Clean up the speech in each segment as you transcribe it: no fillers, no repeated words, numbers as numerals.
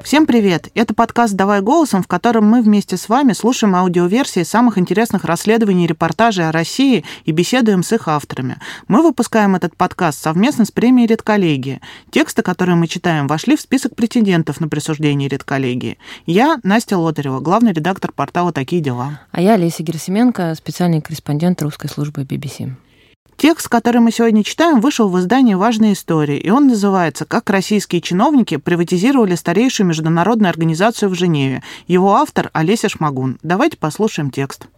Всем привет! Это подкаст «Давай голосом», в котором мы вместе с вами слушаем аудиоверсии самых интересных расследований и репортажей о России и беседуем с их авторами. Мы выпускаем этот подкаст совместно с премией «Редколлегия». Тексты, которые мы читаем, вошли в список претендентов на присуждение «Редколлегии». Я Настя Лотарева, главный редактор портала «Такие дела». А я Олеся Герасименко, специальный корреспондент русской службы BBC. Текст, который мы сегодня читаем, вышел в издании «Важные истории», и он называется «Как российские чиновники приватизировали старейшую международную организацию в Женеве». Его автор Олеся Шмагун. Давайте послушаем текст.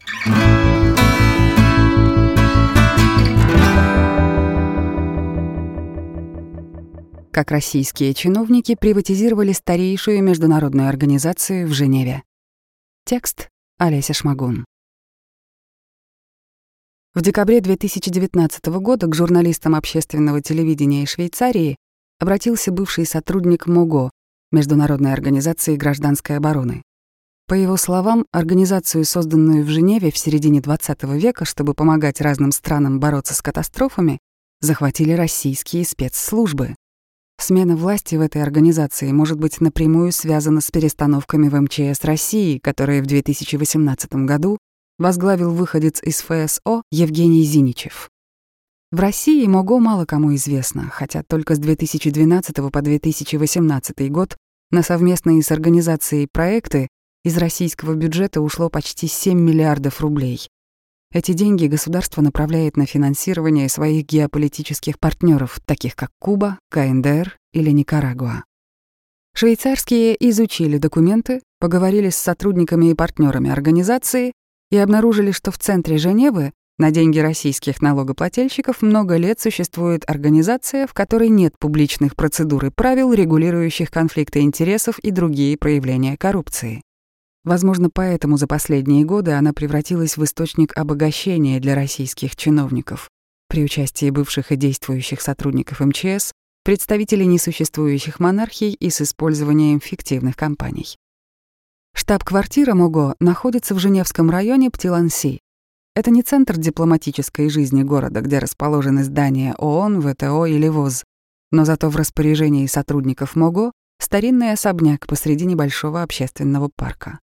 Как российские чиновники приватизировали старейшую международную организацию в Женеве. Текст Олеся Шмагун. В декабре 2019 года к журналистам общественного телевидения Швейцарии обратился бывший сотрудник МОГО, Международной организации гражданской обороны. По его словам, организацию, созданную в Женеве в середине XX века, чтобы помогать разным странам бороться с катастрофами, захватили российские спецслужбы. Смена власти в этой организации может быть напрямую связана с перестановками в МЧС России, которые в 2018 году возглавил выходец из ФСО Евгений Зиничев. В России МОГО мало кому известно, хотя только с 2012 по 2018 год на совместные с организацией проекты из российского бюджета ушло почти 7 миллиардов рублей. Эти деньги государство направляет на финансирование своих геополитических партнеров, таких как Куба, КНДР или Никарагуа. Швейцарские изучили документы, поговорили с сотрудниками и партнерами организации и обнаружили, что в центре Женевы на деньги российских налогоплательщиков много лет существует организация, в которой нет публичных процедур и правил, регулирующих конфликты интересов и другие проявления коррупции. Возможно, поэтому за последние годы она превратилась в источник обогащения для российских чиновников при участии бывших и действующих сотрудников МЧС, представителей несуществующих монархий и с использованием фиктивных компаний. Штаб-квартира МОГО находится в Женевском районе Птиланси. Это не центр дипломатической жизни города, где расположены здания ООН, ВТО или ВОЗ, но зато в распоряжении сотрудников МОГО старинный особняк посреди небольшого общественного парка.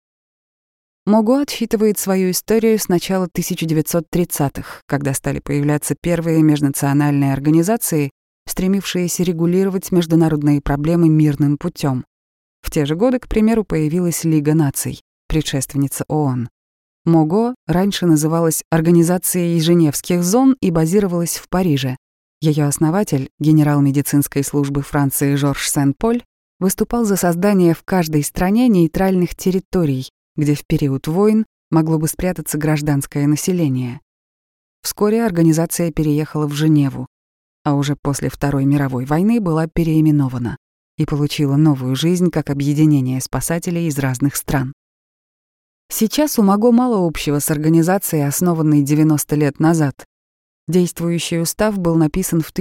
МОГО отсчитывает свою историю с начала 1930-х, когда стали появляться первые межнациональные организации, стремившиеся регулировать международные проблемы мирным путем. В те же годы, к примеру, появилась Лига наций, предшественница ООН. МОГО раньше называлась Организацией Женевских зон и базировалась в Париже. Ее основатель, генерал медицинской службы Франции Жорж Сен-Поль, выступал за создание в каждой стране нейтральных территорий, где в период войн могло бы спрятаться гражданское население. Вскоре организация переехала в Женеву, а уже после Второй мировой войны была переименована и получила новую жизнь как объединение спасателей из разных стран. Сейчас у МОГО мало общего с организацией, основанной 90 лет назад. Действующий устав был написан в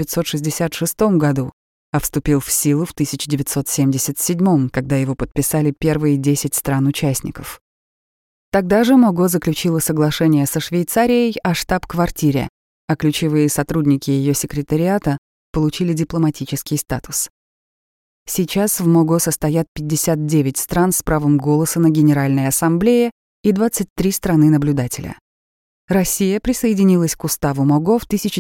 1966 году, а вступил в силу в 1977, когда его подписали первые 10 стран-участников. Тогда же МОГО заключила соглашение со Швейцарией о штаб-квартире, а ключевые сотрудники ее секретариата получили дипломатический статус. Сейчас в МОГО состоят 59 стран с правом голоса на Генеральной ассамблее и 23 страны-наблюдателя. Россия присоединилась к уставу МОГО в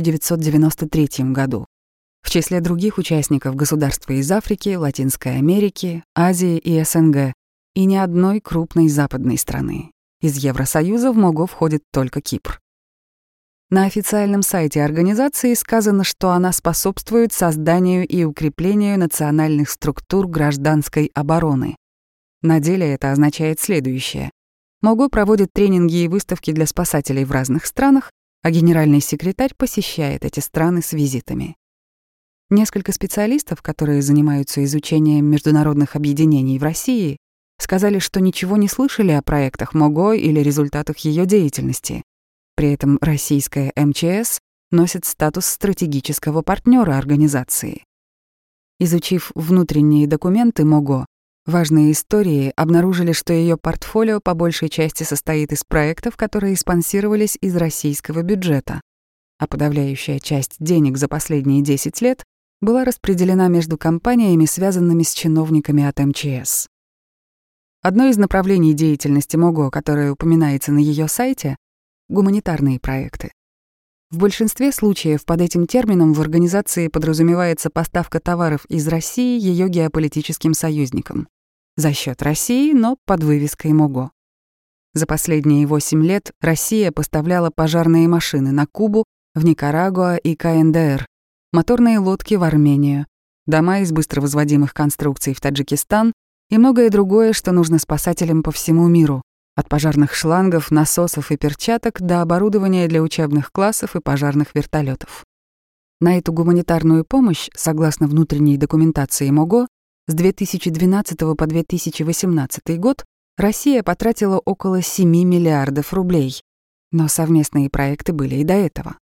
1993 году. В числе других участников государства из Африки, Латинской Америки, Азии и СНГ и ни одной крупной западной страны. Из Евросоюза в МОГО входит только Кипр. На официальном сайте организации сказано, что она способствует созданию и укреплению национальных структур гражданской обороны. На деле это означает следующее. МОГО проводит тренинги и выставки для спасателей в разных странах, а генеральный секретарь посещает эти страны с визитами. Несколько специалистов, которые занимаются изучением международных объединений в России, сказали, что ничего не слышали о проектах МОГО или результатах ее деятельности. При этом российская МЧС носит статус стратегического партнера организации. Изучив внутренние документы МОГО, важные истории обнаружили, что ее портфолио по большей части состоит из проектов, которые спонсировались из российского бюджета, а подавляющая часть денег за последние 10 лет была распределена между компаниями, связанными с чиновниками от МЧС. Одно из направлений деятельности МОГО, которое упоминается на ее сайте — гуманитарные проекты. В большинстве случаев под этим термином в организации подразумевается поставка товаров из России ее геополитическим союзникам. За счет России, но под вывеской МОГО. За последние 8 лет Россия поставляла пожарные машины на Кубу, в Никарагуа и КНДР, моторные лодки в Армению, дома из быстровозводимых конструкций в Таджикистан и многое другое, что нужно спасателям по всему миру, от пожарных шлангов, насосов и перчаток до оборудования для учебных классов и пожарных вертолетов. На эту гуманитарную помощь, согласно внутренней документации МОГО, с 2012 по 2018 год Россия потратила около 7 миллиардов рублей, но совместные проекты были и до этого.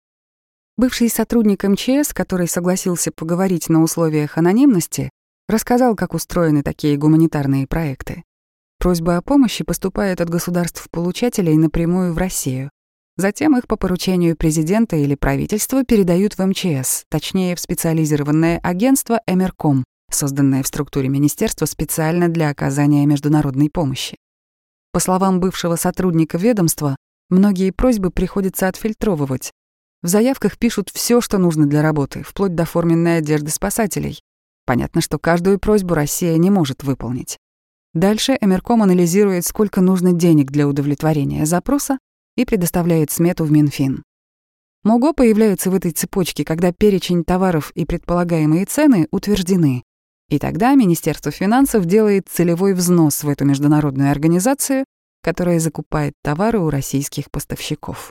Бывший сотрудник МЧС, который согласился поговорить на условиях анонимности, рассказал, как устроены такие гуманитарные проекты. Просьба о помощи поступает от государств-получателей напрямую в Россию. Затем их по поручению президента или правительства передают в МЧС, точнее в специализированное агентство «Эмерком», созданное в структуре министерства специально для оказания международной помощи. По словам бывшего сотрудника ведомства, многие просьбы приходится отфильтровывать. В заявках пишут все, что нужно для работы, вплоть до форменной одежды спасателей. Понятно, что каждую просьбу Россия не может выполнить. Дальше Эмерком анализирует, сколько нужно денег для удовлетворения запроса и предоставляет смету в Минфин. МОГО появляется в этой цепочке, когда перечень товаров и предполагаемые цены утверждены. И тогда Министерство финансов делает целевой взнос в эту международную организацию, которая закупает товары у российских поставщиков.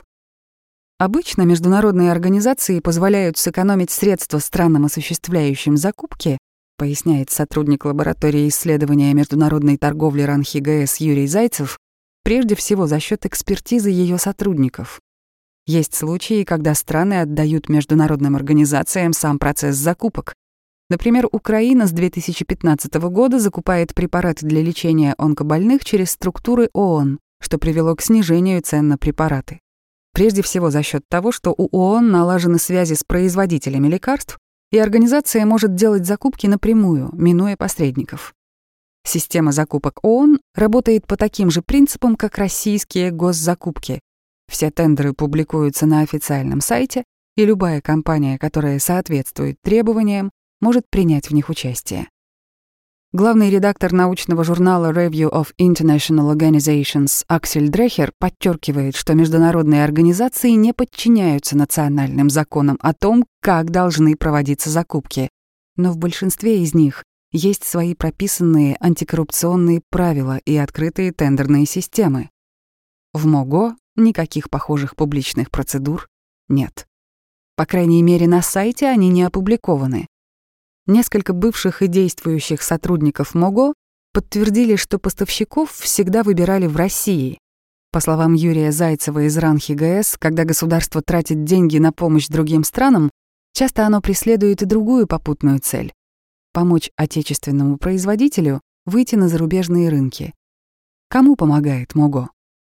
Обычно международные организации позволяют сэкономить средства странам, осуществляющим закупки, поясняет сотрудник лаборатории исследования международной торговли РАНХИ ГС Юрий Зайцев, прежде всего за счет экспертизы ее сотрудников. Есть случаи, когда страны отдают международным организациям сам процесс закупок. Например, Украина с 2015 года закупает препараты для лечения онкобольных через структуры ООН, что привело к снижению цен на препараты. Прежде всего за счет того, что у ООН налажены связи с производителями лекарств, и организация может делать закупки напрямую, минуя посредников. Система закупок ООН работает по таким же принципам, как российские госзакупки. Все тендеры публикуются на официальном сайте, и любая компания, которая соответствует требованиям, может принять в них участие. Главный редактор научного журнала Review of International Organizations Аксель Дрехер подчеркивает, что международные организации не подчиняются национальным законам о том, как должны проводиться закупки, но в большинстве из них есть свои прописанные антикоррупционные правила и открытые тендерные системы. В МОГО никаких похожих публичных процедур нет. По крайней мере, на сайте они не опубликованы. Несколько бывших и действующих сотрудников МОГО подтвердили, что поставщиков всегда выбирали в России. По словам Юрия Зайцева из РАНХИ ГС, когда государство тратит деньги на помощь другим странам, часто оно преследует и другую попутную цель — помочь отечественному производителю выйти на зарубежные рынки. Кому помогает МОГО?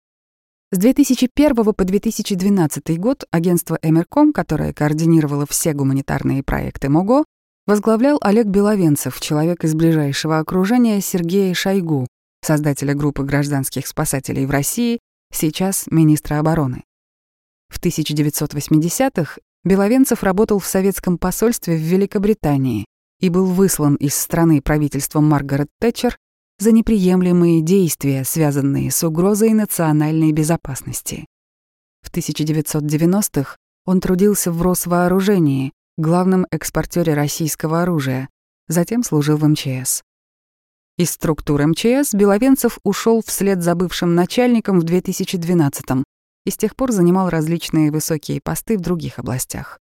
С 2001 по 2012 год агентство Эмерком, которое координировало все гуманитарные проекты МОГО, возглавлял Олег Беловенцев, человек из ближайшего окружения Сергея Шойгу, создателя группы гражданских спасателей в России, сейчас министра обороны. В 1980-х Беловенцев работал в советском посольстве в Великобритании и был выслан из страны правительством Маргарет Тэтчер за неприемлемые действия, связанные с угрозой национальной безопасности. В 1990-х он трудился в Росвооружении, главном экспортере российского оружия, затем служил в МЧС. Из структуры МЧС Беловенцев ушел вслед за бывшим начальником в 2012-м и с тех пор занимал различные высокие посты в других областях.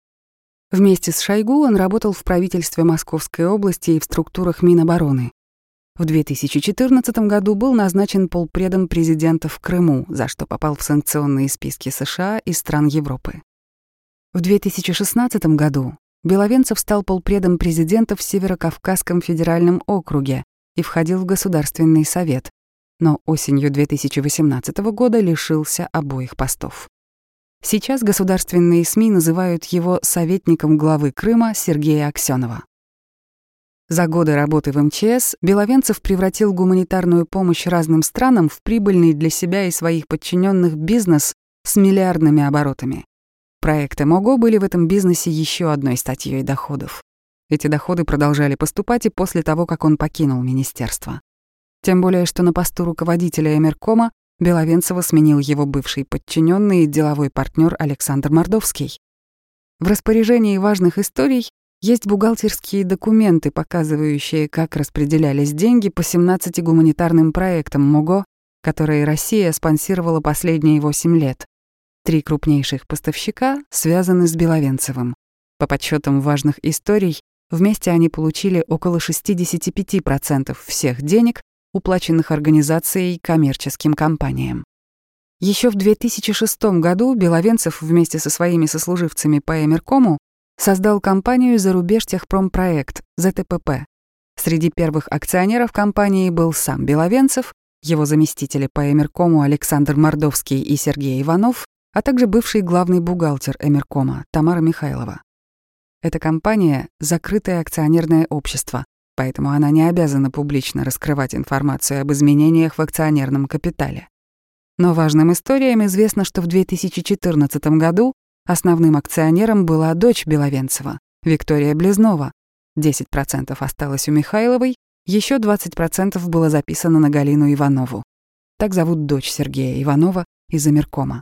Вместе с Шойгу он работал в правительстве Московской области и в структурах Минобороны. В 2014 году был назначен полпредом президента в Крыму, за что попал в санкционные списки США и стран Европы. В 2016 году Беловенцев стал полпредом президента в Северокавказском федеральном округе и входил в Государственный совет, но осенью 2018 года лишился обоих постов. Сейчас государственные СМИ называют его советником главы Крыма Сергея Аксёнова. За годы работы в МЧС Беловенцев превратил гуманитарную помощь разным странам в прибыльный для себя и своих подчиненных бизнес с миллиардными оборотами. Проекты МОГО были в этом бизнесе еще одной статьей доходов. Эти доходы продолжали поступать и после того, как он покинул министерство. Тем более, что на посту руководителя Эмеркома Беловенцева сменил его бывший подчиненный и деловой партнер Александр Мордовский. В распоряжении важных историй есть бухгалтерские документы, показывающие, как распределялись деньги по 17 гуманитарным проектам МОГО, которые Россия спонсировала последние 8 лет. 3 крупнейших поставщика связаны с Беловенцевым. По подсчетам важных историй, вместе они получили около 65% всех денег, уплаченных организацией коммерческим компаниям. Еще в 2006 году Беловенцев вместе со своими сослуживцами по Эмеркому создал компанию «Зарубежтехпромпроект» ЗТПП. Среди первых акционеров компании был сам Беловенцев, его заместители по Эмеркому Александр Мордовский и Сергей Иванов, а также бывший главный бухгалтер Эмеркома Тамара Михайлова. Эта компания — закрытое акционерное общество, поэтому она не обязана публично раскрывать информацию об изменениях в акционерном капитале. Но важным историям известно, что в 2014 году основным акционером была дочь Беловенцева, Виктория Близнова. 10% осталось у Михайловой, еще 20% было записано на Галину Иванову. Так зовут дочь Сергея Иванова из Эмеркома.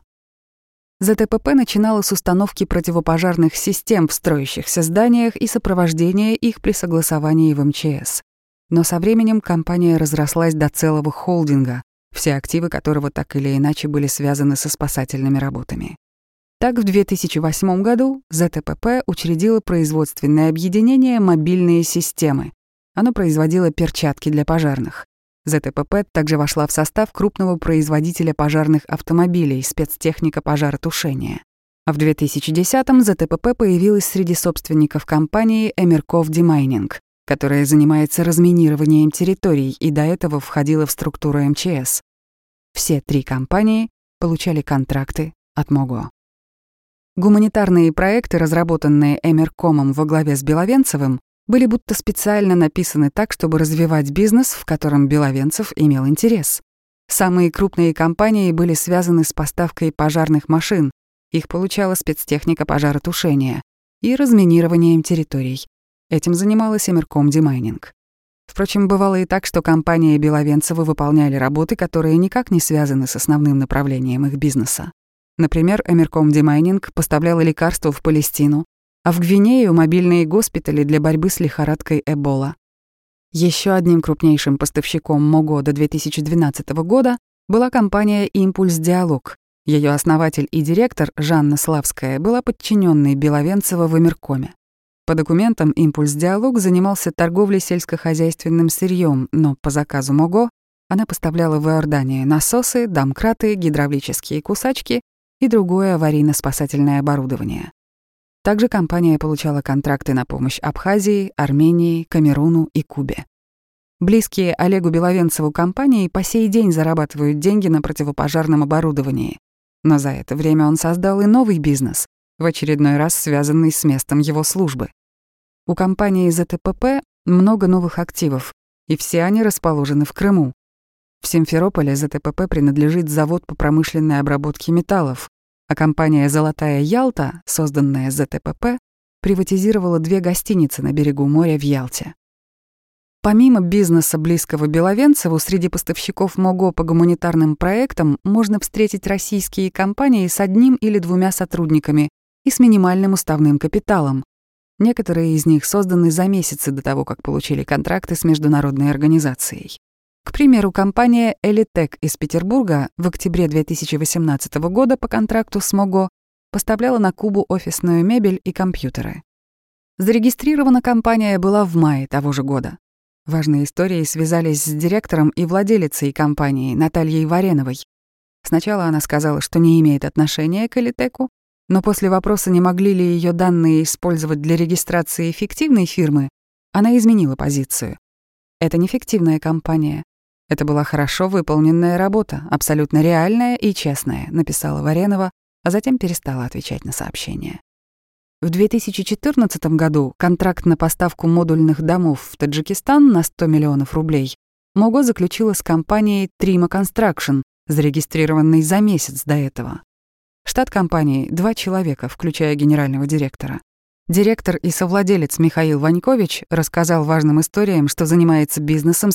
ЗТПП начинала с установки противопожарных систем в строящихся зданиях и сопровождения их при согласовании в МЧС. Но со временем компания разрослась до целого холдинга, все активы которого так или иначе были связаны со спасательными работами. Так, в 2008 году ЗТПП учредило производственное объединение «Мобильные системы». Оно производило перчатки для пожарных. ЗТПП также вошла в состав крупного производителя пожарных автомобилей «Спецтехника пожаротушения». А в 2010-м ЗТПП появилась среди собственников компании «Эмерков Демайнинг», которая занимается разминированием территорий и до этого входила в структуру МЧС. Все 3 компании получали контракты от МОГО. Гуманитарные проекты, разработанные Эмеркомом во главе с Беловенцевым, были будто специально написаны так, чтобы развивать бизнес, в котором Беловенцев имел интерес. Самые крупные компании были связаны с поставкой пожарных машин, их получала спецтехника пожаротушения, и разминированием территорий. Этим занималась Эмерком Демайнинг. Впрочем, бывало и так, что компании Беловенцева выполняли работы, которые никак не связаны с основным направлением их бизнеса. Например, Эмерком Демайнинг поставляла лекарства в Палестину, а в Гвинею — мобильные госпитали для борьбы с лихорадкой Эбола. Еще одним крупнейшим поставщиком МОГО до 2012 года была компания «Импульс Диалог». Ее основатель и директор Жанна Славская была подчиненной Беловенцева в Эмеркоме. По документам «Импульс Диалог» занимался торговлей сельскохозяйственным сырьем, но по заказу МОГО она поставляла в Иорданию насосы, домкраты, гидравлические кусачки и другое аварийно-спасательное оборудование. Также компания получала контракты на помощь Абхазии, Армении, Камеруну и Кубе. Близкие Олегу Беловенцеву компании по сей день зарабатывают деньги на противопожарном оборудовании. Но за это время он создал и новый бизнес, в очередной раз связанный с местом его службы. У компании ЗТПП много новых активов, и все они расположены в Крыму. В Симферополе ЗТПП принадлежит завод по промышленной обработке металлов, а компания «Золотая Ялта», созданная ЗТПП, приватизировала 2 гостиницы на берегу моря в Ялте. Помимо бизнеса, близкого Беловенцеву, среди поставщиков МОГО по гуманитарным проектам можно встретить российские компании с 1 или 2 сотрудниками и с минимальным уставным капиталом. Некоторые из них созданы за месяцы до того, как получили контракты с международной организацией. К примеру, компания «Элитек» из Петербурга в октябре 2018 года по контракту с МОГО поставляла на Кубу офисную мебель и компьютеры. Зарегистрирована компания была в мае того же года. Важные истории связались с директором и владелицей компании Натальей Вареновой. Сначала она сказала, что не имеет отношения к «Элитеку», но после вопроса, не могли ли ее данные использовать для регистрации фиктивной фирмы, она изменила позицию. Это не фиктивная компания. Это была хорошо выполненная работа, абсолютно реальная и честная, написала Варенова а затем перестала отвечать на сообщения. В 2014 году контракт на поставку модульных домов в Таджикистан на 100 миллионов рублей МОГО заключила с компанией Trima Construction, зарегистрированной за месяц до этого. Штат компании — 2 человека, включая генерального директора. Директор и совладелец Михаил Ванькович рассказал важным историям, что занимается бизнесом с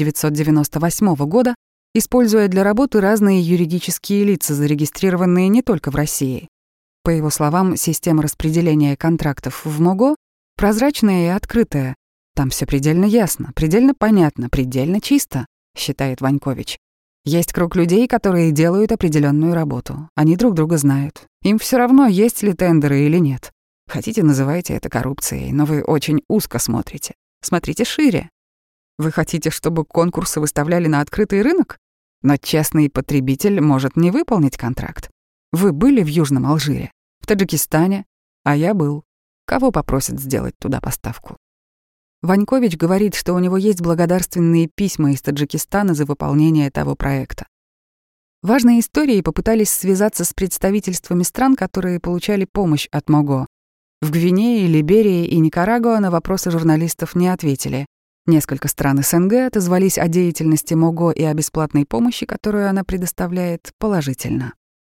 1998 года, используя для работы разные юридические лица, зарегистрированные не только в России. По его словам, система распределения контрактов в МОГО прозрачная и открытая. Там все предельно ясно, предельно понятно, предельно чисто, считает Ванькович. Есть круг людей, которые делают определенную работу. Они друг друга знают. Им все равно, есть ли тендеры или нет. Хотите, называйте это коррупцией, но вы очень узко смотрите. Смотрите шире. Вы хотите, чтобы конкурсы выставляли на открытый рынок? Но честный потребитель может не выполнить контракт. Вы были в Южном Алжире, в Таджикистане, а я был. Кого попросят сделать туда поставку? Ванькович говорит, что у него есть благодарственные письма из Таджикистана за выполнение того проекта. Важные истории попытались связаться с представительствами стран, которые получали помощь от МОГО. В Гвинее, Либерии и Никарагуа на вопросы журналистов не ответили. Несколько стран СНГ отозвались о деятельности МОГО и о бесплатной помощи, которую она предоставляет, положительно.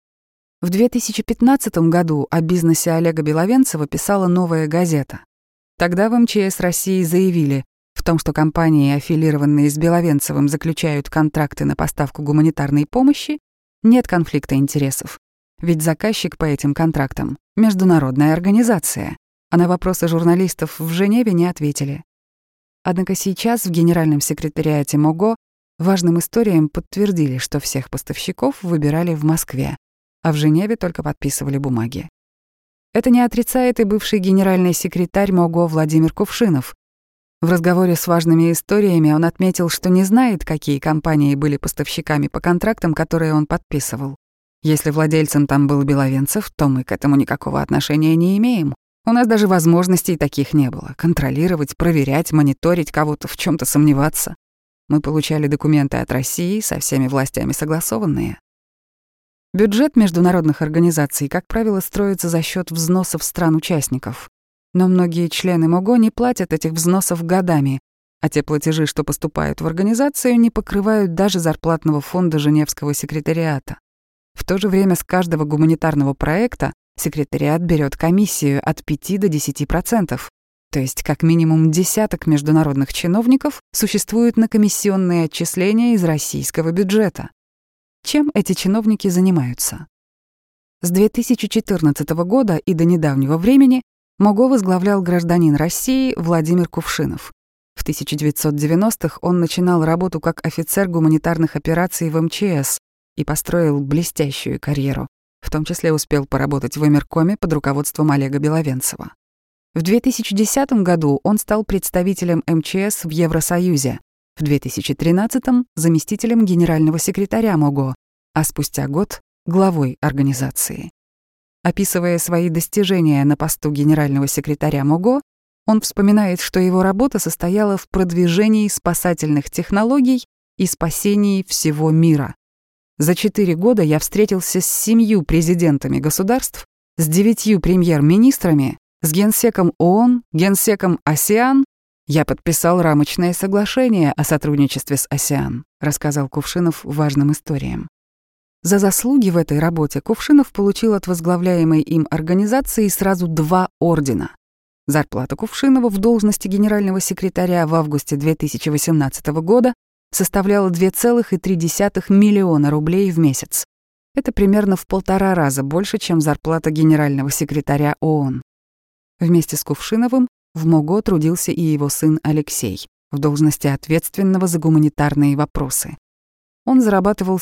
В 2015 году о бизнесе Олега Беловенцева писала «Новая газета». Тогда в МЧС России заявили, в том, что компании, аффилированные с Беловенцевым, заключают контракты на поставку гуманитарной помощи, нет конфликта интересов. Ведь заказчик по этим контрактам — международная организация, а на вопросы журналистов в Женеве не ответили. Однако сейчас в Генеральном секретариате МОГО важным историям подтвердили, что всех поставщиков выбирали в Москве, а в Женеве только подписывали бумаги. Это не отрицает и бывший генеральный секретарь МОГО Владимир Кувшинов. В разговоре с важными историями он отметил, что не знает, какие компании были поставщиками по контрактам, которые он подписывал. Если владельцем там был Беловенцев, то мы к этому никакого отношения не имеем. У нас даже возможностей таких не было — контролировать, проверять, мониторить кого-то, в чем-то сомневаться. Мы получали документы от России, со всеми властями согласованные. Бюджет международных организаций, как правило, строится за счет взносов стран-участников. Но многие члены МОГО не платят этих взносов годами, а те платежи, что поступают в организацию, не покрывают даже зарплатного фонда Женевского секретариата. В то же время с каждого гуманитарного проекта секретариат берет комиссию от 5 до 10%. То есть как минимум десяток международных чиновников существуют на комиссионные отчисления из российского бюджета. Чем эти чиновники занимаются? С 2014 года и до недавнего времени МОГО возглавлял гражданин России Владимир Кувшинов. В 1990-х он начинал работу как офицер гуманитарных операций в МЧС и построил блестящую карьеру. В том числе успел поработать в Эмиркоме под руководством Олега Беловенцева. В 2010 году он стал представителем МЧС в Евросоюзе, в 2013-м — заместителем генерального секретаря МОГО, а спустя год — главой организации. Описывая свои достижения на посту генерального секретаря МОГО, он вспоминает, что его работа состояла в продвижении спасательных технологий и спасении всего мира. За 4 года я встретился с 7 президентами государств, с 9 премьер-министрами, с генсеком ООН, генсеком АСЕАН. Я подписал рамочное соглашение о сотрудничестве с АСЕАН, рассказал Кувшинов важным историям. За заслуги в этой работе Кувшинов получил от возглавляемой им организации сразу 2 ордена. Зарплата Кувшинова в должности генерального секретаря в августе 2018 года составляла 2,3 миллиона рублей в месяц. Это примерно в 1,5 раза больше, чем зарплата генерального секретаря ООН. Вместе с Кувшиновым в МОГО трудился и его сын Алексей в должности ответственного за гуманитарные вопросы. Он зарабатывал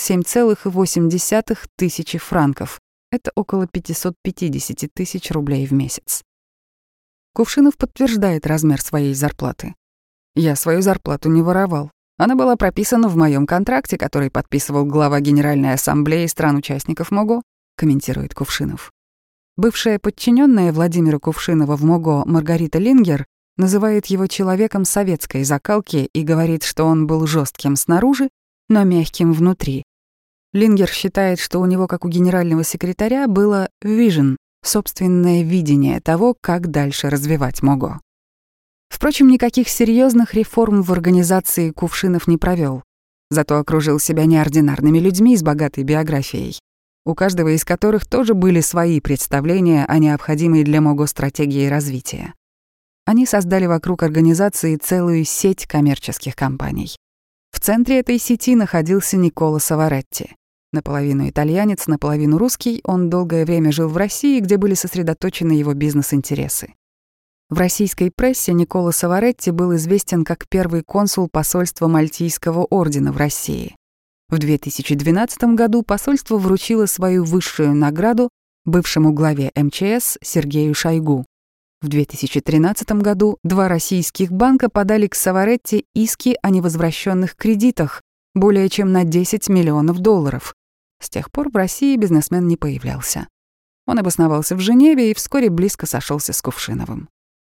7,8 тысячи франков. Это около 550 тысяч рублей в месяц. Кувшинов подтверждает размер своей зарплаты. «Я свою зарплату не воровал. Она была прописана в моем контракте, который подписывал глава Генеральной ассамблеи стран-участников МОГО», комментирует Кувшинов. Бывшая подчиненная Владимира Кувшинова в МОГО Маргарита Лингер называет его человеком советской закалки и говорит, что он был жестким снаружи, но мягким внутри. Лингер считает, что у него, как у генерального секретаря, было vision, собственное видение того, как дальше развивать МОГО. Впрочем, никаких серьезных реформ в организации Кувшинов не провел, зато окружил себя неординарными людьми с богатой биографией, у каждого из которых тоже были свои представления о необходимой для МОГО стратегии развития. Они создали вокруг организации целую сеть коммерческих компаний. В центре этой сети находился Николо Саваретти. Наполовину итальянец, наполовину русский, он долгое время жил в России, где были сосредоточены его бизнес-интересы. В российской прессе Николо Саваретти был известен как первый консул посольства Мальтийского ордена в России. В 2012 году посольство вручило свою высшую награду бывшему главе МЧС Сергею Шойгу. В 2013 году 2 российских банка подали к Саваретти иски о невозвращенных кредитах более чем на $10 миллионов. С тех пор в России бизнесмен не появлялся. Он обосновался в Женеве и вскоре близко сошелся с Кувшиновым.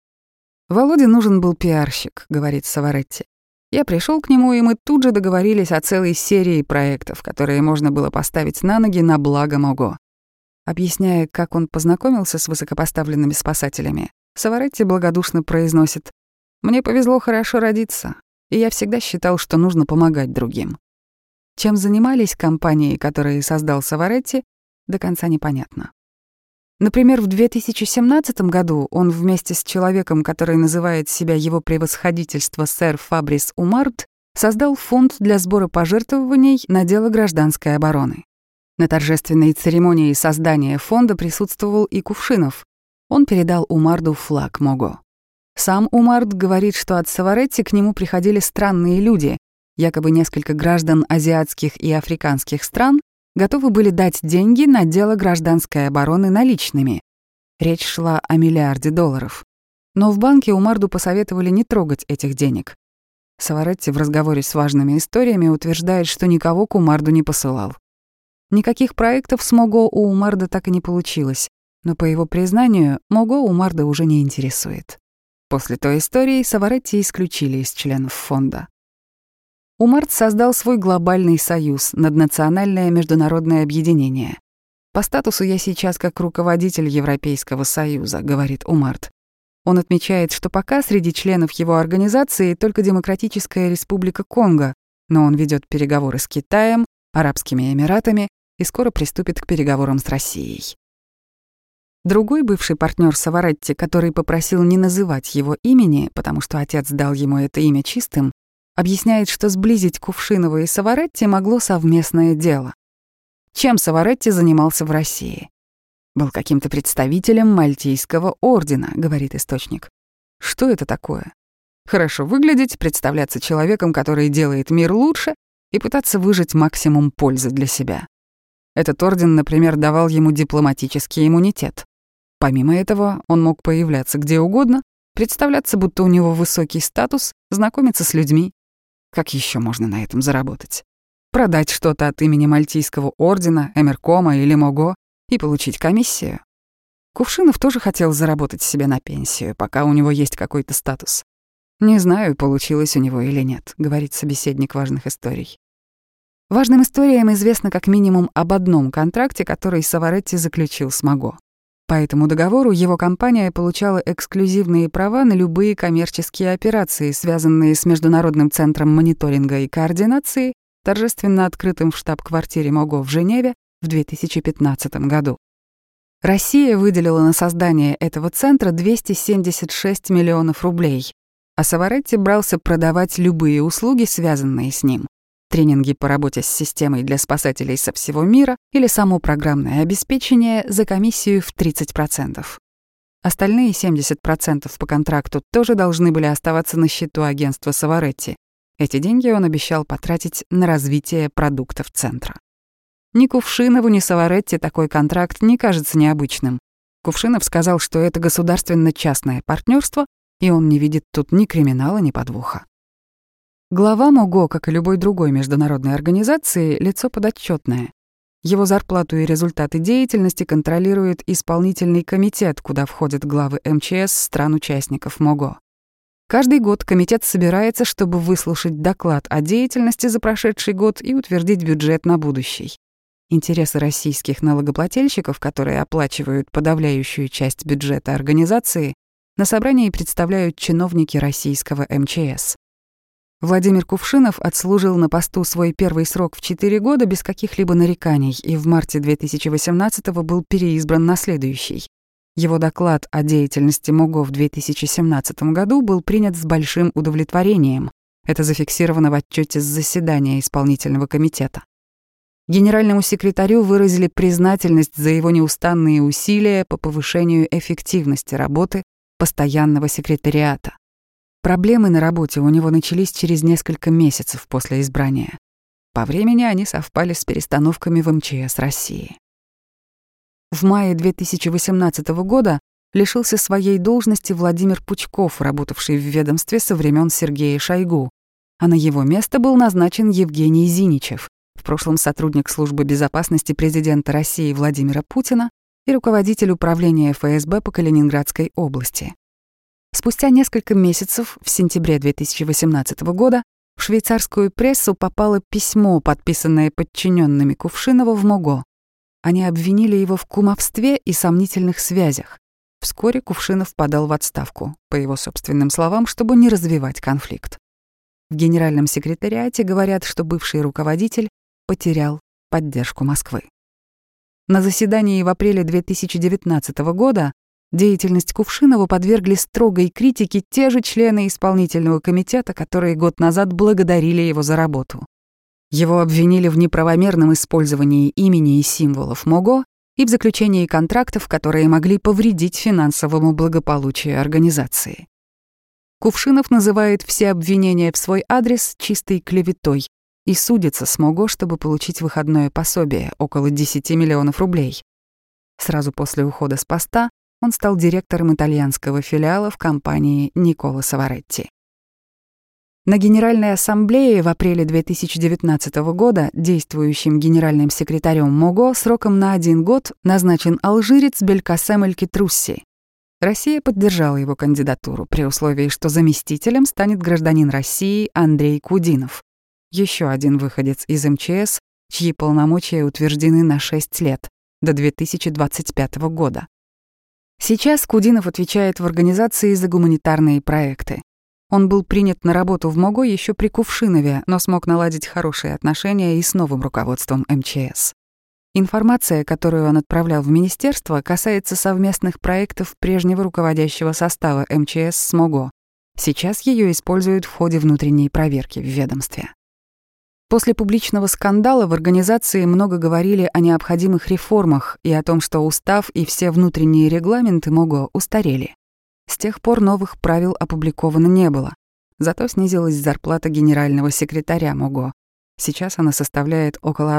«Володе нужен был пиарщик», — говорит Саваретти. «Я пришел к нему, и мы тут же договорились о целой серии проектов, которые можно было поставить на ноги на благо МОГО». Объясняя, как он познакомился с высокопоставленными спасателями, Саваретти благодушно произносит: «Мне повезло хорошо родиться, и я всегда считал, что нужно помогать другим». Чем занимались компании, которые создал Саваретти, до конца непонятно. Например, в 2017 году он вместе с человеком, который называет себя его превосходительство сэр Фабрис Умарт, создал фонд для сбора пожертвований на дело гражданской обороны. На торжественной церемонии создания фонда присутствовал и Кувшинов. Он передал Умарду флаг МОГО. Сам Умарт говорит, что от Саваретти к нему приходили странные люди, якобы несколько граждан азиатских и африканских стран готовы были дать деньги на дело гражданской обороны наличными. Речь шла о $1 миллиард. Но в банке Умарду посоветовали не трогать этих денег. Саваретти в разговоре с важными историями утверждает, что никого к Умарду не посылал. Никаких проектов с МОГО у Умарда так и не получилось, но, по его признанию, МОГО Умарда уже не интересует. После той истории Саваретти исключили из членов фонда. Умарт создал свой глобальный союз, наднациональное международное объединение. «По статусу я сейчас как руководитель Европейского союза», — говорит Умарт. Он отмечает, что пока среди членов его организации только Демократическая Республика Конго, но он ведет переговоры с Китаем, Арабскими Эмиратами и скоро приступит к переговорам с Россией. Другой бывший партнер Саваретти, который попросил не называть его имени, потому что отец дал ему это имя чистым, объясняет, что сблизить Кувшинова и Саваретти могло совместное дело. Чем Саваретти занимался в России? Был каким-то представителем Мальтийского ордена, говорит источник. Что это такое? Хорошо выглядеть, представляться человеком, который делает мир лучше, и пытаться выжать максимум пользы для себя. Этот орден, например, давал ему дипломатический иммунитет. Помимо этого, он мог появляться где угодно, представляться, будто у него высокий статус, знакомиться с людьми. Как еще можно на этом заработать? Продать что-то от имени Мальтийского ордена, Эмеркома или МОГО и получить комиссию? Кувшинов тоже хотел заработать себе на пенсию, пока у него есть какой-то статус. «Не знаю, получилось у него или нет», — говорит собеседник важных историй. Важным историям известно как минимум об одном контракте, который Саваретти заключил с МОГО. По этому договору его компания получала эксклюзивные права на любые коммерческие операции, связанные с Международным центром мониторинга и координации, торжественно открытым в штаб-квартире МОГО в Женеве в 2015 году. Россия выделила на создание этого центра 276 миллионов рублей, а Саваретти брался продавать любые услуги, связанные с ним. Тренинги по работе с системой для спасателей со всего мира или само программное обеспечение за комиссию в 30%. Остальные 70% по контракту тоже должны были оставаться на счету агентства Саваретти. Эти деньги он обещал потратить на развитие продуктов центра. Ни Кувшинову, ни Саваретти такой контракт не кажется необычным. Кувшинов сказал, что это государственно-частное партнерство, и он не видит тут ни криминала, ни подвоха. Глава МОГО, как и любой другой международной организации, лицо подотчетное. Его зарплату и результаты деятельности контролирует исполнительный комитет, куда входят главы МЧС стран-участников МОГО. Каждый год комитет собирается, чтобы выслушать доклад о деятельности за прошедший год и утвердить бюджет на будущий. интересы российских налогоплательщиков, которые оплачивают подавляющую часть бюджета организации, на собрании представляют чиновники российского МЧС. Владимир Кувшинов отслужил на посту свой первый срок в 4 года без каких-либо нареканий и в марте 2018-го был переизбран на следующий. Его доклад о деятельности МОГО в 2017 году был принят с большим удовлетворением. Это зафиксировано в отчете с заседания исполнительного комитета. Генеральному секретарю выразили признательность за его неустанные усилия по повышению эффективности работы постоянного секретариата. Проблемы на работе у него начались через несколько месяцев после избрания. По времени они совпали с перестановками в МЧС России. В мае 2018 года лишился своей должности Владимир Пучков, работавший в ведомстве со времен Сергея Шойгу, а на его место был назначен Евгений Зиничев, в прошлом сотрудник службы безопасности президента России Владимира Путина и руководитель управления ФСБ по Калининградской области. Спустя несколько месяцев, в сентябре 2018 года, в швейцарскую прессу попало письмо, подписанное подчиненными Кувшинова в МОГО. Они обвинили его в кумовстве и сомнительных связях. Вскоре Кувшинов подал в отставку, по его собственным словам, чтобы не развивать конфликт. В генеральном секретариате говорят, что бывший руководитель потерял поддержку Москвы. На заседании в апреле 2019 года деятельность Кувшинова подвергли строгой критике те же члены исполнительного комитета, которые год назад благодарили его за работу. Его обвинили в неправомерном использовании имени и символов МОГО и в заключении контрактов, которые могли повредить финансовому благополучию организации. Кувшинов называет все обвинения в свой адрес чистой клеветой и судится с МОГО, чтобы получить выходное пособие, около 10 миллионов рублей. Сразу после ухода с поста он стал директором итальянского филиала в компании Никола Саваретти. На Генеральной ассамблее в апреле 2019 года действующим генеральным секретарем МОГО сроком на 1 год назначен алжирец Белькасем Эль-Китрусси. Россия поддержала его кандидатуру при условии, что заместителем станет гражданин России Андрей Кудинов, еще один выходец из МЧС, чьи полномочия утверждены на 6 лет, до 2025 года. Сейчас Кудинов отвечает в организации за гуманитарные проекты. Он был принят на работу в МОГО еще при Кувшинове, но смог наладить хорошие отношения и с новым руководством МЧС. Информация, которую он отправлял в министерство, касается совместных проектов прежнего руководящего состава МЧС с МОГО. Сейчас ее используют в ходе внутренней проверки в ведомстве. После публичного скандала в организации много говорили о необходимых реформах и о том, что устав и все внутренние регламенты МОГО устарели. С тех пор новых правил опубликовано не было. Зато снизилась зарплата генерального секретаря МОГО. Сейчас она составляет около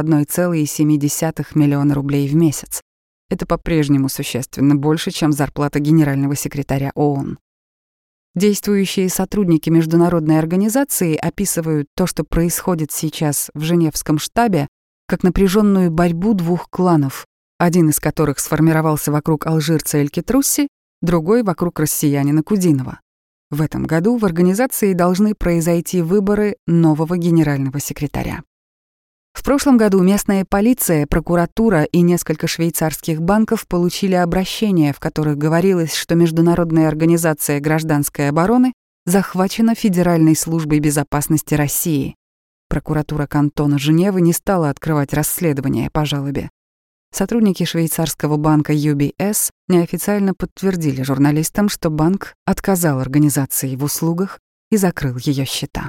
1,7 миллиона рублей в месяц. Это по-прежнему существенно больше, чем зарплата генерального секретаря ООН. Действующие сотрудники международной организации описывают то, что происходит сейчас в Женевском штабе, как напряженную борьбу двух кланов, один из которых сформировался вокруг алжирца Эль-Китрусси, другой — вокруг россиянина Кудинова. В этом году в организации должны произойти выборы нового генерального секретаря. В прошлом году местная полиция, прокуратура и несколько швейцарских банков получили обращения, в которых говорилось, что Международная организация гражданской обороны захвачена Федеральной службой безопасности России. Прокуратура кантона Женевы не стала открывать расследование по жалобе. Сотрудники швейцарского банка UBS неофициально подтвердили журналистам, что банк отказал организации в услугах и закрыл ее счета.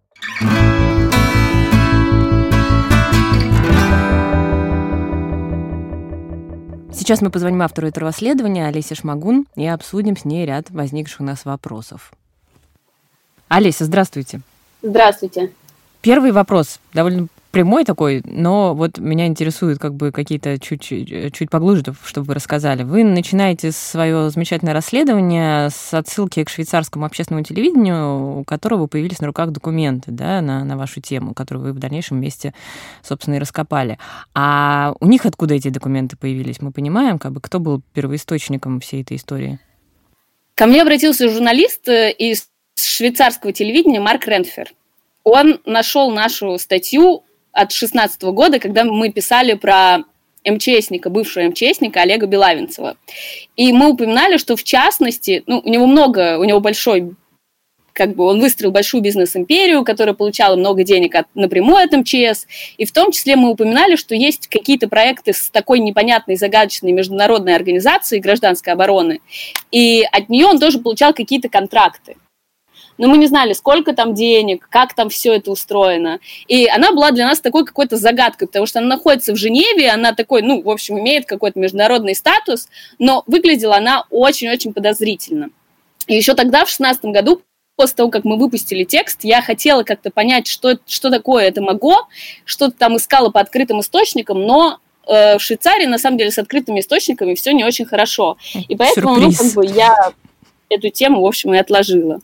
Сейчас мы позвоним автору этого расследования, Олесе Шмагун, и обсудим с ней ряд возникших у нас вопросов. Олеся, здравствуйте. Здравствуйте. Первый вопрос довольно прямой такой, но вот меня интересуют какие-то чуть поглубже, чтобы вы рассказали. Вы начинаете свое замечательное расследование с отсылки к швейцарскому общественному телевидению, у которого появились на руках документы, да, на вашу тему, которую вы в дальнейшем вместе, собственно, и раскопали. А у них откуда эти документы появились? Мы понимаем, кто был первоисточником всей этой истории? Ко мне обратился журналист из швейцарского телевидения Марк Рентфер. Он нашел нашу статью от 2016 года, когда мы писали про МЧСника, бывшего МЧСника Олега Белавинцева. И мы упоминали, что в частности, у него большой, он выстроил большую бизнес-империю, которая получала много денег напрямую от МЧС, и в том числе мы упоминали, что есть какие-то проекты с такой непонятной, загадочной международной организацией гражданской обороны, и от нее он тоже получал какие-то контракты. Но мы не знали, сколько там денег, как там все это устроено. И она была для нас такой какой-то загадкой, потому что она находится в Женеве, она такой, имеет какой-то международный статус, но выглядела она очень-очень подозрительно. И еще тогда, в 2016 году, после того, как мы выпустили текст, я хотела как-то понять, что такое это МОГО, что-то там искала по открытым источникам, но в Швейцарии, на самом деле, с открытыми источниками все не очень хорошо. И поэтому, я эту тему, в общем, и отложила.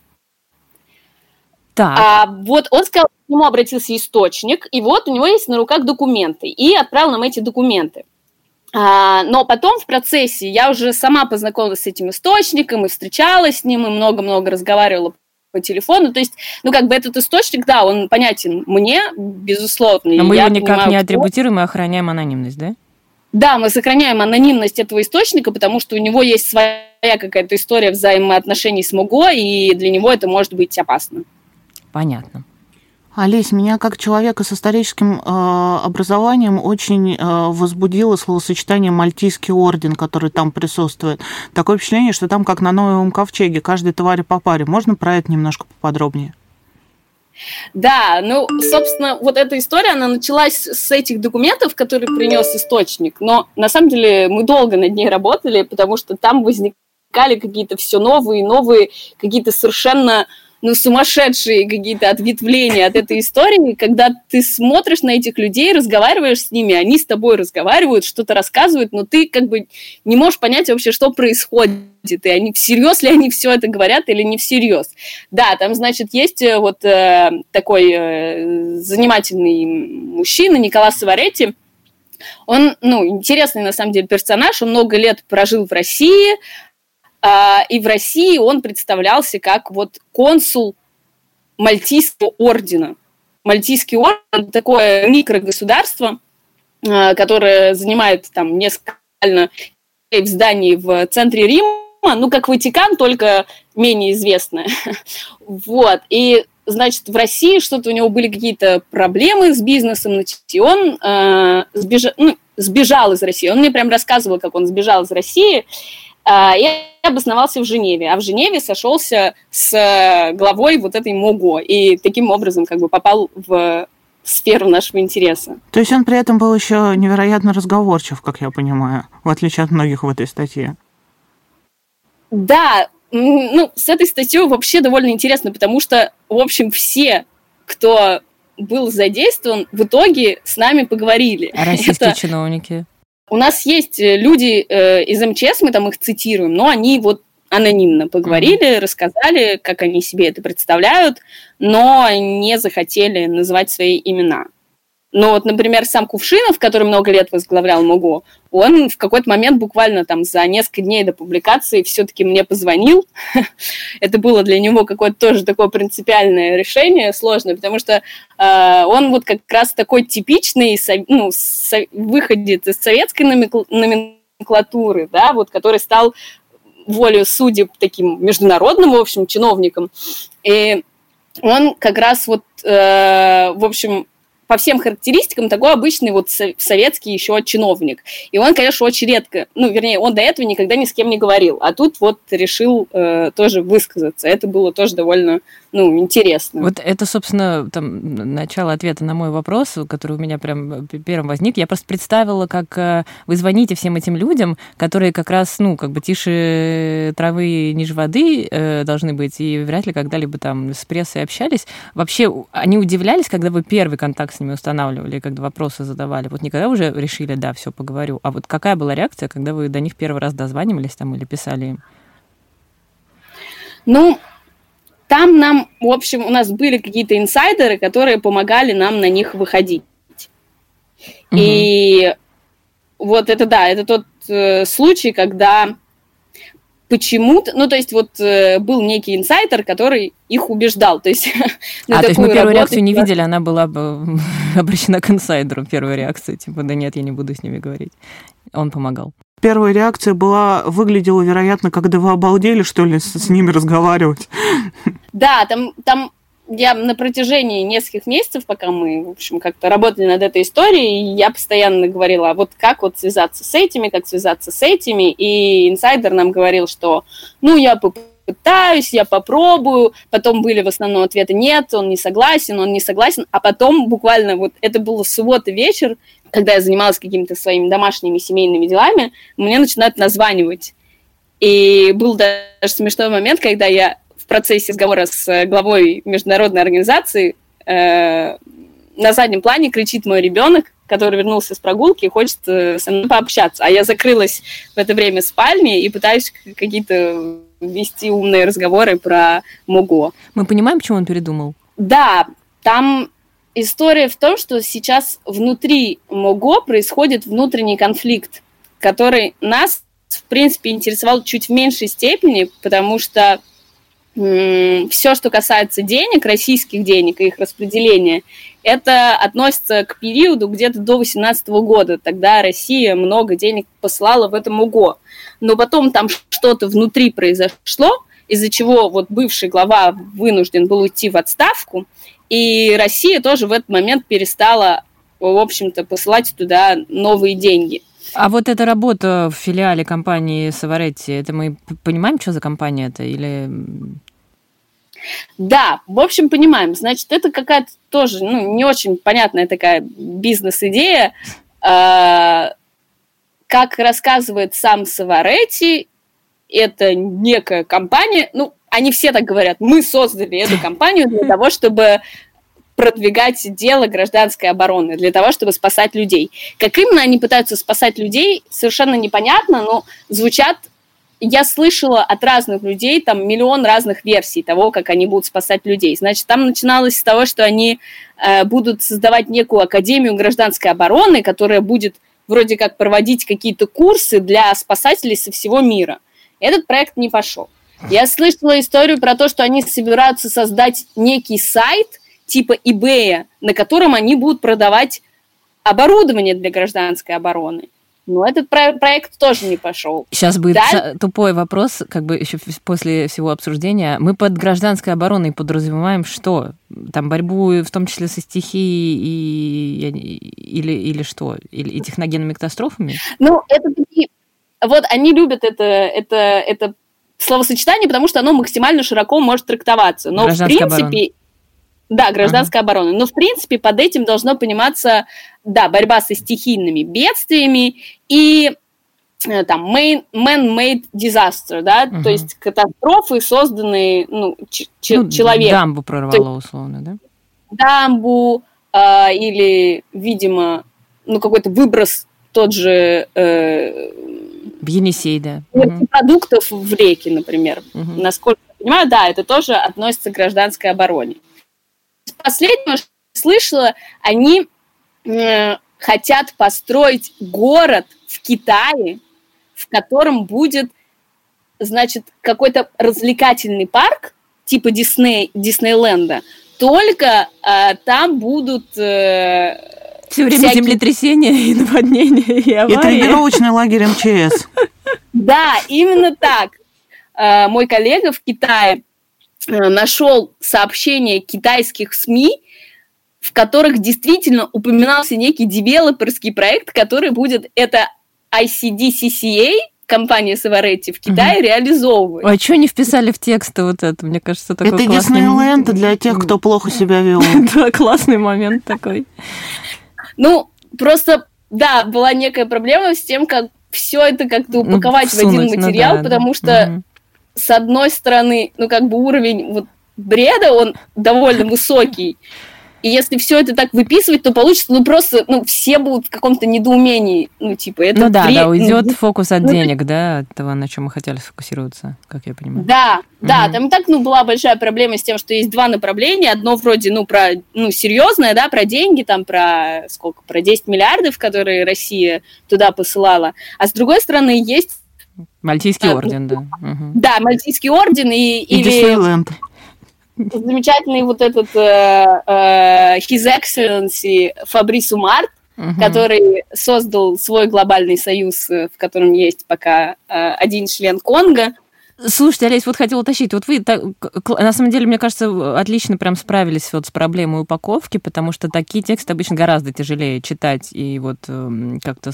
Так. А вот он сказал, к нему обратился источник, и вот у него есть на руках документы, и отправил нам эти документы. Но потом в процессе я уже сама познакомилась с этим источником, и встречалась с ним, и много-много разговаривала по телефону. То есть, этот источник, да, он понятен мне, безусловно. Но мы его никак не атрибутируем и охраняем анонимность, да? Да, мы сохраняем анонимность этого источника, потому что у него есть своя какая-то история взаимоотношений с МОГО, и для него это может быть опасно. Понятно. Олесь, меня как человека с историческим образованием очень возбудило словосочетание «Мальтийский орден», который там присутствует. Такое впечатление, что там как на Новом Ковчеге, каждой твари по паре. Можно про это немножко поподробнее? Да, собственно, вот эта история, она началась с этих документов, которые принес источник, но на самом деле мы долго над ней работали, потому что там возникали какие-то все новые, какие-то совершенно сумасшедшие какие-то ответвления от этой истории, когда ты смотришь на этих людей, разговариваешь с ними, они с тобой разговаривают, что-то рассказывают, но ты не можешь понять вообще, что происходит, и они всерьез ли они все это говорят или не всерьез. Да, там, значит, есть такой занимательный мужчина, Никола Саваретти. Он, интересный, на самом деле, персонаж, он много лет прожил в России, и в России он представлялся как консул Мальтийского ордена. Мальтийский орден – такое микрогосударство, которое занимает там несколько зданий в центре Рима, как Ватикан, только менее известное. Вот. И, значит, в России что-то у него были какие-то проблемы с бизнесом, и он сбежал из России. Он мне прям рассказывал, как он сбежал из России, и обосновался в Женеве, а в Женеве сошелся с главой этой МОГО, и таким образом попал в сферу нашего интереса. То есть он при этом был еще невероятно разговорчив, как я понимаю, в отличие от многих в этой статье. Да, с этой статьей вообще довольно интересно, потому что, в общем, все, кто был задействован, в итоге с нами поговорили. А российские чиновники? У нас есть люди из МЧС, мы там их цитируем, но они анонимно поговорили, рассказали, как они себе это представляют, но не захотели называть свои имена. Но например, сам Кувшинов, который много лет возглавлял МОГО, он в какой-то момент буквально за несколько дней до публикации все-таки мне позвонил. Это было для него какое-то тоже такое принципиальное решение, сложное, потому что он как раз такой типичный выходец из советской номенклатуры, да, который стал волею судеб таким международным, в общем, чиновником. И он как раз в общем, по всем характеристикам такой обычный советский еще чиновник. И он, конечно, очень редко, он до этого никогда ни с кем не говорил, а тут решил тоже высказаться. Это было тоже довольно, интересно. Вот это, собственно, начало ответа на мой вопрос, который у меня прям первым возник. Я просто представила, как вы звоните всем этим людям, которые как раз, тише травы, ниже воды должны быть, и вряд ли когда-либо с прессой общались. Вообще, они удивлялись, когда вы первый контакт с ними устанавливали, когда вопросы задавали? Никогда уже решили, да, все, поговорю. А какая была реакция, когда вы до них первый раз дозванивались или писали им? Там нам, в общем, у нас были какие-то инсайдеры, которые помогали нам на них выходить. Угу. И это тот случай, когда почему-то, ну, то есть вот был некий инсайдер, который их убеждал. То есть, то есть мы первую реакцию не видели, она была бы обращена к инсайдеру, первая реакция, типа, да нет, я не буду с ними говорить. Он помогал. Первая реакция выглядела, вероятно, когда вы обалдели, что ли, с ними разговаривать. Да, там я на протяжении нескольких месяцев, пока мы, в общем, как-то работали над этой историей, я постоянно говорила, вот как вот связаться с этими, как связаться с этими, и инсайдер нам говорил, что, ну, я попытаюсь, я попробую, потом были в основном ответы нет, он не согласен, а потом буквально вот это было суббота вечер, когда я занималась какими-то своими домашними семейными делами, мне начинают названивать. И был даже смешной момент, когда я в процессе разговора с главой международной организации на заднем плане кричит мой ребенок, который вернулся с прогулки и хочет со мной пообщаться. А я закрылась в это время в спальне и пытаюсь какие-то вести умные разговоры про МОГО. Мы понимаем, почему он передумал? Да, там история в том, что сейчас внутри МОГО происходит внутренний конфликт, который нас, в принципе, интересовал чуть в меньшей степени, потому что все, что касается денег, российских денег и их распределения, это относится к периоду где-то до 2018 года. Тогда Россия много денег посылала в это МОГО. Но потом там что-то внутри произошло, из-за чего вот бывший глава вынужден был уйти в отставку, и Россия тоже в этот момент перестала, в общем-то, посылать туда новые деньги. А вот эта работа в филиале компании Саваретти, это мы понимаем, что за компания это, или... Да, в общем, понимаем. Значит, это какая-то тоже, не очень понятная такая бизнес-идея. Как рассказывает сам Саваретти, это некая компания, они все так говорят, мы создали эту компанию для того, чтобы продвигать дело гражданской обороны, для того, чтобы спасать людей. Как именно они пытаются спасать людей, совершенно непонятно, но звучат... Я слышала от разных людей там миллион разных версий того, как они будут спасать людей. Значит, там начиналось с того, что они будут создавать некую академию гражданской обороны, которая будет вроде как проводить какие-то курсы для спасателей со всего мира. Этот проект не пошел. Я слышала историю про то, что они собираются создать некий сайт типа eBay, на котором они будут продавать оборудование для гражданской обороны. Но этот проект тоже не пошел. Сейчас будет тупой вопрос, как бы еще после всего обсуждения. Мы под гражданской обороной подразумеваем что? Там борьбу в том числе со стихией или что? И техногенными катастрофами? Это такие... Вот они любят это словосочетание, потому что оно максимально широко может трактоваться. Но в принципе... Оборона. Да, гражданская оборона. Но, в принципе, под этим должно пониматься, борьба со стихийными бедствиями и там man-made disaster, то есть катастрофы, созданные человеком. Дамбу прорвало, условно, да? Дамбу или, видимо, какой-то выброс тот же... в Енисей, да. Продуктов в реке, например. Насколько я понимаю, это тоже относится к гражданской обороне. Последнее, что я слышала, они хотят построить город в Китае, в котором будет, значит, какой-то развлекательный парк, типа Диснейленда, только там будут... Все время землетрясения и наводнения, и аварии. И тренировочный лагерь МЧС. Да, именно так. Мой коллега в Китае нашел сообщения китайских СМИ, в которых действительно упоминался некий девелоперский проект, который будет это ICDCCA, компания Саваретти в Китае, реализовывать. А что не вписали в текст вот это? Мне кажется, такой это классный... Это Диснейленд для тех, кто плохо себя вел. Да, классный момент такой. Просто, была некая проблема с тем, как все это как-то упаковать в один материал, потому что с одной стороны, уровень бреда, он довольно высокий. И если все это так выписывать, то получится, просто, все будут в каком-то недоумении. Это бред. Уйдет фокус от денег, от того, на чем мы хотели сфокусироваться, как я понимаю. Да, там и так, была большая проблема с тем, что есть два направления. Одно вроде, серьезное, про деньги, про 10 миллиардов, которые Россия туда посылала. А с другой стороны, есть Мальтийский орден, да. Да, Мальтийский орден и Диснейленд. Замечательный вот этот His Excellency Фабрис Умар, который создал свой глобальный союз, в котором есть пока один член Конго. Слушайте, Олесь, вот хотела уточнить. Вот вы, на самом деле, мне кажется, отлично прям справились вот с проблемой упаковки, потому что такие тексты обычно гораздо тяжелее читать, и вот как-то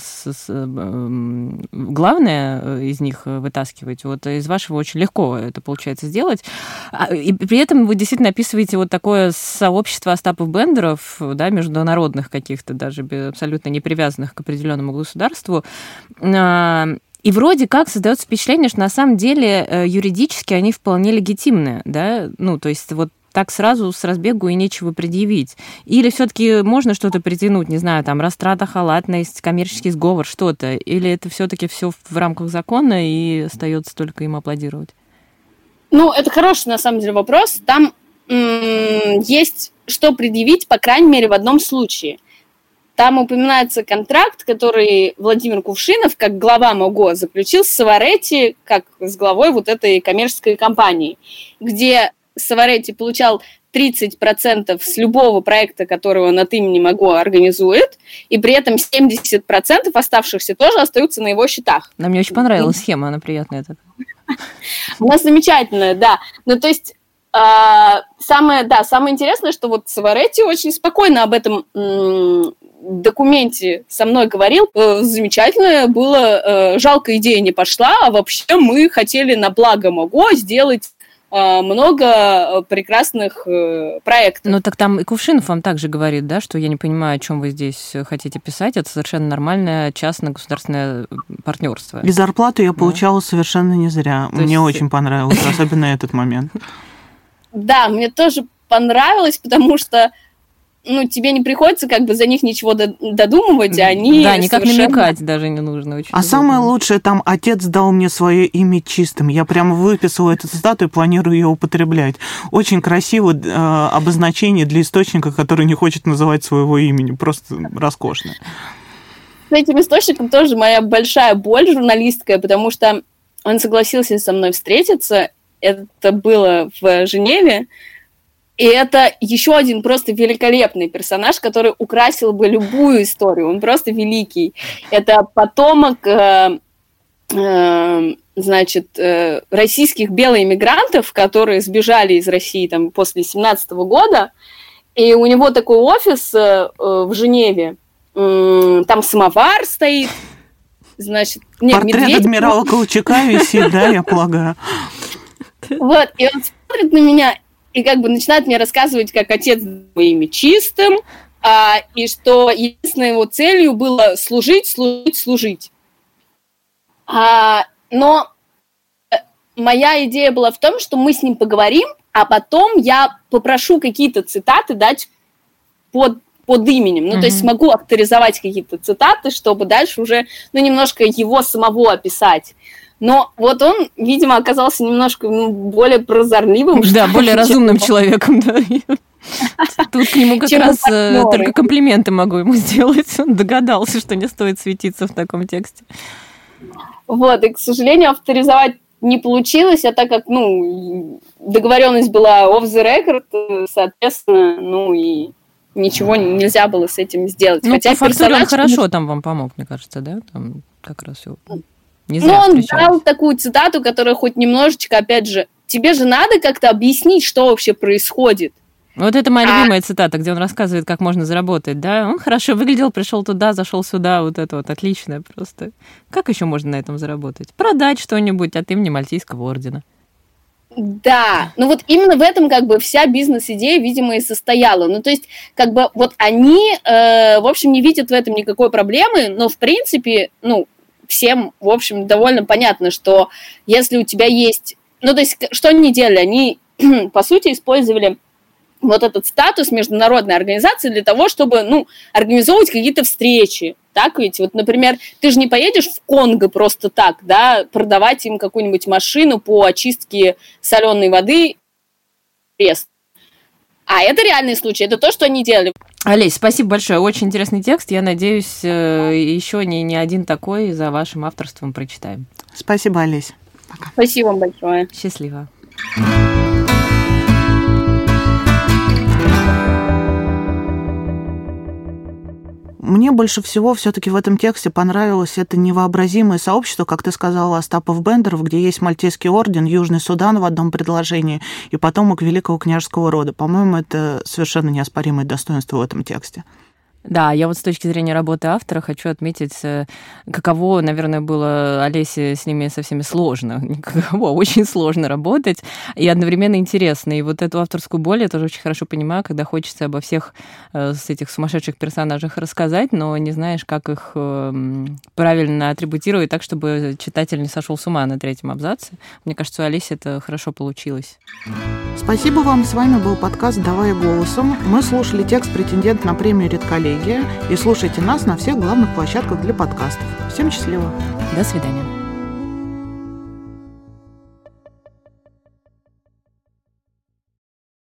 главное из них вытаскивать. Вот из вашего очень легко это получается сделать. И при этом вы действительно описываете вот такое сообщество Остапов-Бендеров, да, международных каких-то, даже абсолютно не привязанных к определенному государству. И вроде как создается впечатление, что на самом деле юридически они вполне легитимны, да, ну, то есть вот так сразу с разбегу и нечего предъявить. Или все-таки можно что-то притянуть, не знаю, там, растрата, халатность, коммерческий сговор, что-то, или это все-таки все в рамках закона и остается только им аплодировать? Ну, это хороший, на самом деле, вопрос. Там есть что предъявить, по крайней мере, в одном случае. Там упоминается контракт, который Владимир Кувшинов, как глава МОГО, заключил с Саваретти, как с главой вот этой коммерческой компании, где Саваретти получал 30% с любого проекта, который он от имени МОГО организует, и при этом 70% оставшихся тоже остаются на его счетах. Мне очень понравилась схема, она приятная такая. Она замечательная, да. Ну, то есть самое интересное, что вот Саваретти очень спокойно об этом документе со мной говорил. Замечательно было, жалко, идея не пошла, а вообще мы хотели на благо МОГО сделать много прекрасных проектов. Ну, так там и Кувшинов вам также говорит, да, что я не понимаю, о чем вы здесь хотите писать, это совершенно нормальное частно-государственное партнерство. И зарплату я получала совершенно не зря. Мне очень понравилось, особенно этот момент. Да, мне тоже понравилось, потому что тебе не приходится как бы за них ничего додумывать, а они да, никак намекать даже не нужно. Очень удобно. Самое лучшее, там, отец дал мне свое имя чистым. Я прямо выписала эту цитату и планирую ее употреблять. Очень красиво обозначение для источника, который не хочет называть своего имени. Просто роскошно. С этим источником тоже моя большая боль журналистская, потому что он согласился со мной встретиться. Это было в Женеве. И это еще один просто великолепный персонаж, который украсил бы любую историю. Он просто великий. Это потомок, российских белоэмигрантов, которые сбежали из России там, после 1917 года. И у него такой офис в Женеве. Там самовар стоит. Значит, портрет адмирала Колчака висит, да, я полагаю. Вот, и он смотрит на меня и как бы начинает мне рассказывать, как отец был ими чистым, и что единственной его целью было служить. Но моя идея была в том, что мы с ним поговорим, а потом я попрошу какие-то цитаты дать под именем. Ну, то есть смогу авторизовать какие-то цитаты, чтобы дальше уже, немножко его самого описать. Но вот он, видимо, оказался немножко более прозорливым. Да, более разумным человеком, да. Тут к нему как раз только комплименты могу ему сделать. Он догадался, что не стоит светиться в таком тексте. Вот, и, к сожалению, авторизовать не получилось, а так как, договоренность была off the record, соответственно, и ничего нельзя было с этим сделать. Хотя по фактуре он хорошо там вам помог, мне кажется, да? Там как раз все... он дал такую цитату, которая хоть немножечко, опять же, тебе же надо как-то объяснить, что вообще происходит. Вот это моя любимая цитата, где он рассказывает, как можно заработать, да? Он хорошо выглядел, пришел туда, зашел сюда, вот это вот отлично просто. Как еще можно на этом заработать? Продать что-нибудь от имени Мальтийского ордена. Да, вот именно в этом как бы вся бизнес-идея, видимо, и состояла. То есть как бы вот они, в общем, не видят в этом никакой проблемы, но в принципе, всем, в общем, довольно понятно, что если у тебя есть... то есть что они делали? Они, по сути, использовали вот этот статус международной организации для того, чтобы, организовывать какие-то встречи. Так ведь? Вот, например, ты же не поедешь в Конго просто так, да, продавать им какую-нибудь машину по очистке соленой воды. А это реальный случай, это то, что они делали. Олесь, спасибо большое. Очень интересный текст. Я надеюсь, еще не один такой за вашим авторством прочитаем. Спасибо, Олесь. Пока. Спасибо вам большое. Счастливо. Мне больше всего все-таки в этом тексте понравилось это невообразимое сообщество, как ты сказала, Остапов-Бендеров, где есть Мальтийский орден, Южный Судан в одном предложении и потомок великого княжеского рода. По-моему, это совершенно неоспоримое достоинство в этом тексте. Да, я вот с точки зрения работы автора хочу отметить, каково, наверное, было Олесе с ними со всеми сложно. Каково, очень сложно работать и одновременно интересно. И вот эту авторскую боль я тоже очень хорошо понимаю, когда хочется обо всех с этих сумасшедших персонажах рассказать, но не знаешь, как их правильно атрибутировать так, чтобы читатель не сошел с ума на третьем абзаце. Мне кажется, у Олеси это хорошо получилось. Спасибо вам. С вами был подкаст «Давай голосом». Мы слушали текст «Претендент на премию «Редколлегия». И слушайте нас на всех главных площадках для подкастов. Всем счастливо. До свидания.